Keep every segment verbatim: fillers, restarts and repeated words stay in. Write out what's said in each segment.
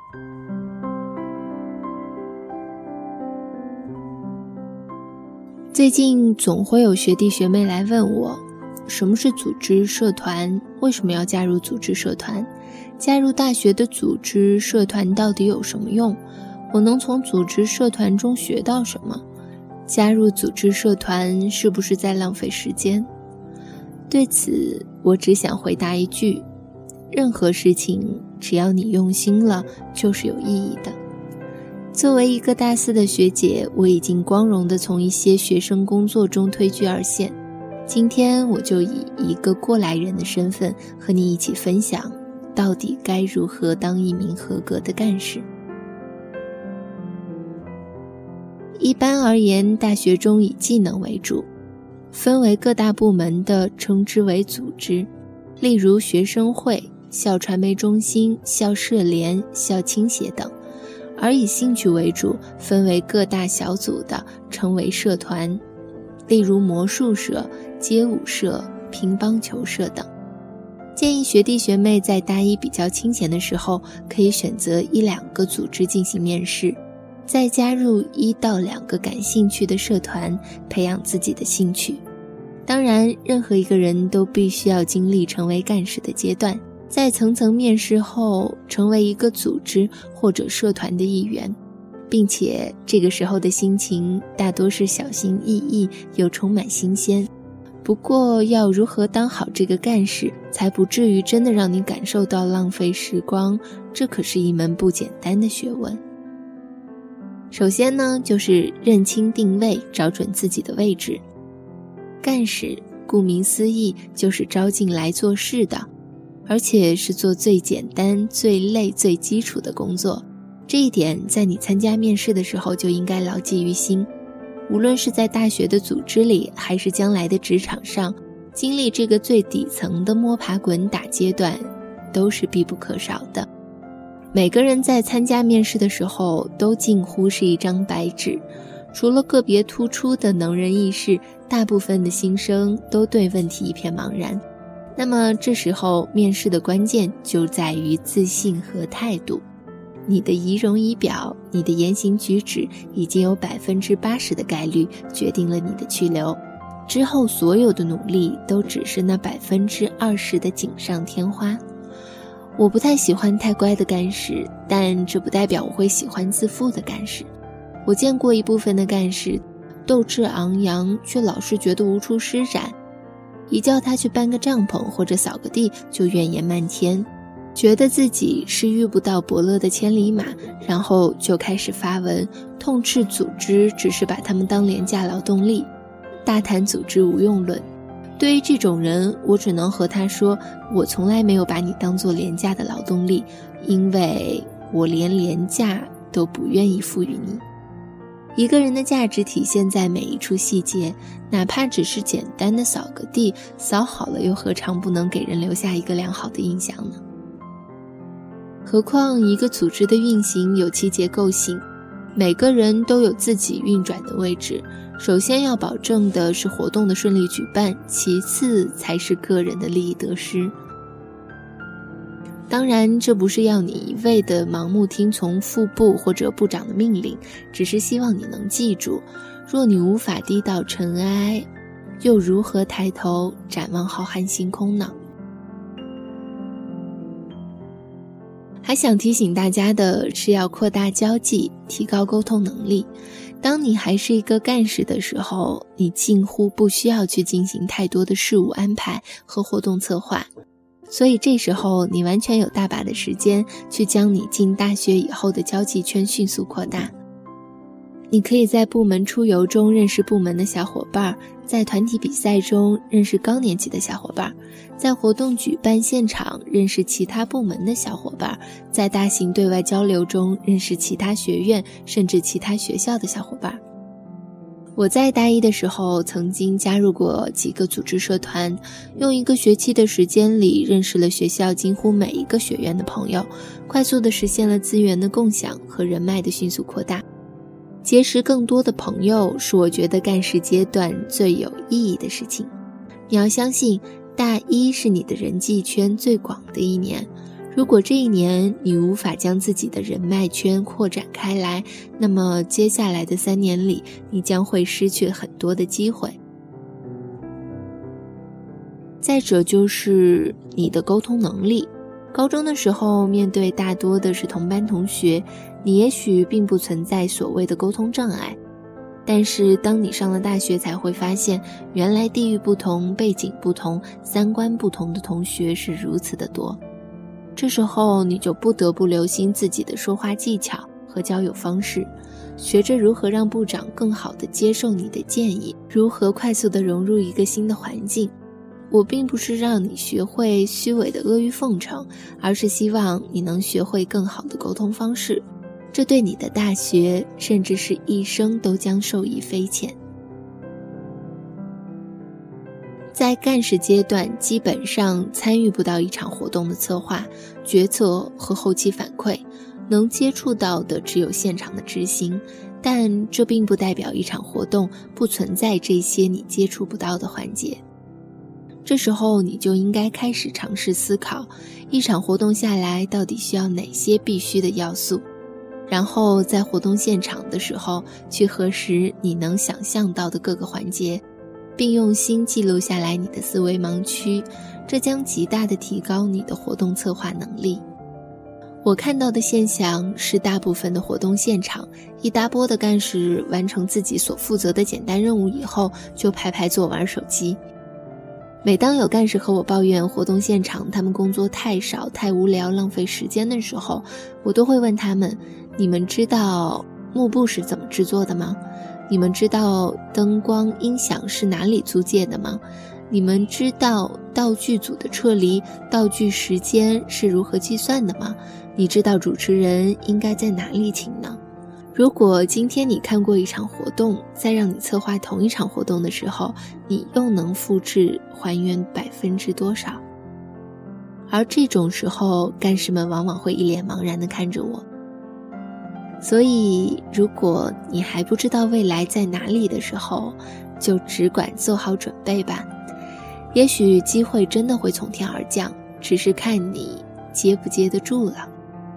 最近总会有学弟学妹来问我，什么是组织社团？为什么要加入组织社团？加入大学的组织社团到底有什么用？我能从组织社团中学到什么？加入组织社团是不是在浪费时间？对此，我只想回答一句：任何事情，只要你用心了，就是有意义的。作为一个大四的学姐，我已经光荣地从一些学生工作中退居二线。今天我就以一个过来人的身份和你一起分享，到底该如何当一名合格的干事。一般而言，大学中以技能为主，分为各大部门的称之为组织，例如学生会、校传媒中心、校社联、校青协等。而以兴趣为主，分为各大小组的称为社团，例如魔术社、街舞社、乒乓球社等。建议学弟学妹在大一比较清闲的时候，可以选择一两个组织进行面试，再加入一到两个感兴趣的社团，培养自己的兴趣。当然，任何一个人都必须要经历成为干事的阶段，在层层面试后成为一个组织或者社团的一员，并且这个时候的心情大多是小心翼翼又充满新鲜。不过要如何当好这个干事，才不至于真的让你感受到浪费时光，这可是一门不简单的学问。首先呢，就是认清定位，找准自己的位置。干事顾名思义就是招进来做事的，而且是做最简单、最累、最基础的工作。这一点在你参加面试的时候就应该牢记于心。无论是在大学的组织里，还是将来的职场上，经历这个最底层的摸爬滚打阶段，都是必不可少的。每个人在参加面试的时候，都近乎是一张白纸，除了个别突出的能人异士，大部分的新生都对问题一片茫然。那么这时候面试的关键就在于自信和态度。你的仪容仪表，你的言行举止已经有百分之八十的概率决定了你的去留，之后所有的努力都只是那百分之二十的锦上添花。我不太喜欢太乖的干事，但这不代表我会喜欢自负的干事。我见过一部分的干事斗志昂扬，却老是觉得无处施展，一叫他去搬个帐篷或者扫个地就怨言漫天，觉得自己是遇不到伯乐的千里马，然后就开始发文痛斥组织只是把他们当廉价劳动力，大谈组织无用论。对于这种人，我只能和他说，我从来没有把你当作廉价的劳动力，因为我连廉价都不愿意赋予你。一个人的价值体现在每一处细节，哪怕只是简单的扫个地，扫好了又何尝不能给人留下一个良好的印象呢？何况一个组织的运行有其结构性，每个人都有自己运转的位置，首先要保证的是活动的顺利举办，其次才是个人的利益得失。当然，这不是要你一味的盲目听从副部或者部长的命令，只是希望你能记住，若你无法低到尘埃，又如何抬头展望浩瀚星空呢？还想提醒大家的是，要扩大交际，提高沟通能力。当你还是一个干事的时候，你近乎不需要去进行太多的事务安排和活动策划，所以这时候你完全有大把的时间去将你进大学以后的交际圈迅速扩大。你可以在部门出游中认识部门的小伙伴，在团体比赛中认识高年级的小伙伴，在活动举办现场认识其他部门的小伙伴，在大型对外交流中认识其他学院甚至其他学校的小伙伴。我在大一的时候曾经加入过几个组织社团，用一个学期的时间里认识了学校几乎每一个学院的朋友，快速地实现了资源的共享和人脉的迅速扩大。结识更多的朋友是我觉得干事阶段最有意义的事情。你要相信，大一是你的人际圈最广的一年， 如果这一年你无法将自己的人脉圈扩展开来，那么接下来的三年里，你将会失去很多的机会。再者就是你的沟通能力。高中的时候，面对大多的是同班同学，你也许并不存在所谓的沟通障碍。但是当你上了大学，才会发现原来地域不同、背景不同、三观不同的同学是如此的多。这时候你就不得不留心自己的说话技巧和交友方式，学着如何让部长更好地接受你的建议，如何快速地融入一个新的环境。我并不是让你学会虚伪的阿谀奉承，而是希望你能学会更好的沟通方式，这对你的大学甚至是一生都将受益匪浅。在干事阶段，基本上参与不到一场活动的策划、决策和后期反馈，能接触到的只有现场的执行，但这并不代表一场活动不存在这些你接触不到的环节。这时候你就应该开始尝试思考，一场活动下来到底需要哪些必须的要素，然后在活动现场的时候去核实你能想象到的各个环节，并用心记录下来你的思维盲区，这将极大地提高你的活动策划能力。我看到的现象是，大部分的活动现场，一大波的干事完成自己所负责的简单任务以后，就排排坐玩手机。每当有干事和我抱怨活动现场他们工作太少、太无聊、浪费时间的时候，我都会问他们：你们知道幕布是怎么制作的吗？你们知道灯光、音响是哪里租借的吗？你们知道道具组的撤离、道具时间是如何计算的吗？你知道主持人应该在哪里请呢？如果今天你看过一场活动，再让你策划同一场活动的时候，你又能复制还原百分之多少？而这种时候，干事们往往会一脸茫然地看着我。所以如果你还不知道未来在哪里的时候，就只管做好准备吧。也许机会真的会从天而降，只是看你接不接得住了。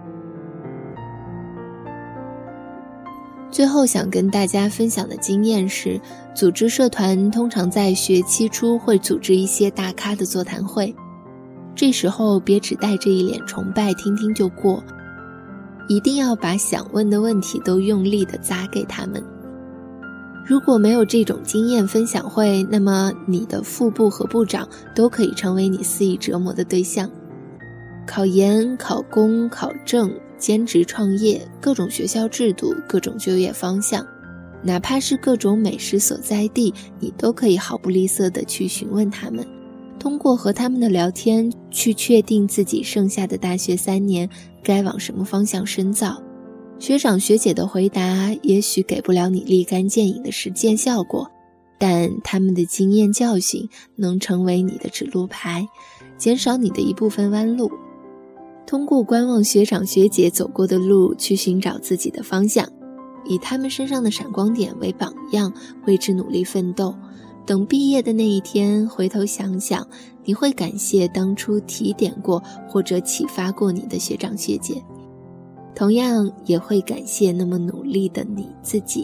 最后想跟大家分享的经验是，组织社团通常在学期初会组织一些大咖的座谈会，这时候别只带着一脸崇拜听听就过，一定要把想问的问题都用力地砸给他们。如果没有这种经验分享会，那么你的副部和部长都可以成为你肆意折磨的对象。考研、考公、考证、兼职创业，各种学校制度，各种就业方向，哪怕是各种美食所在地，你都可以毫不吝啬地去询问他们，通过和他们的聊天去确定自己剩下的大学三年该往什么方向深造。学长学姐的回答也许给不了你立竿见影的实践效果，但他们的经验教训能成为你的指路牌，减少你的一部分弯路。通过观望学长学姐走过的路去寻找自己的方向，以他们身上的闪光点为榜样，为之努力奋斗。等毕业的那一天，回头想想，你会感谢当初提点过或者启发过你的学长学姐，同样也会感谢那么努力的你自己。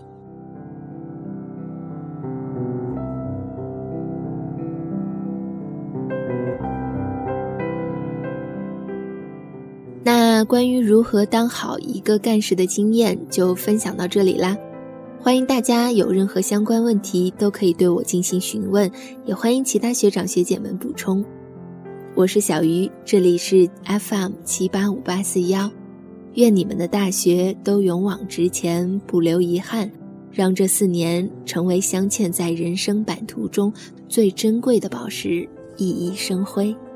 那关于如何当好一个干事的经验就分享到这里啦。欢迎大家有任何相关问题都可以对我进行询问，也欢迎其他学长学姐们补充。我是小鱼，这里是 F M 七八五八四一，愿你们的大学都勇往直前，不留遗憾，让这四年成为镶嵌在人生版图中最珍贵的宝石，熠熠生辉。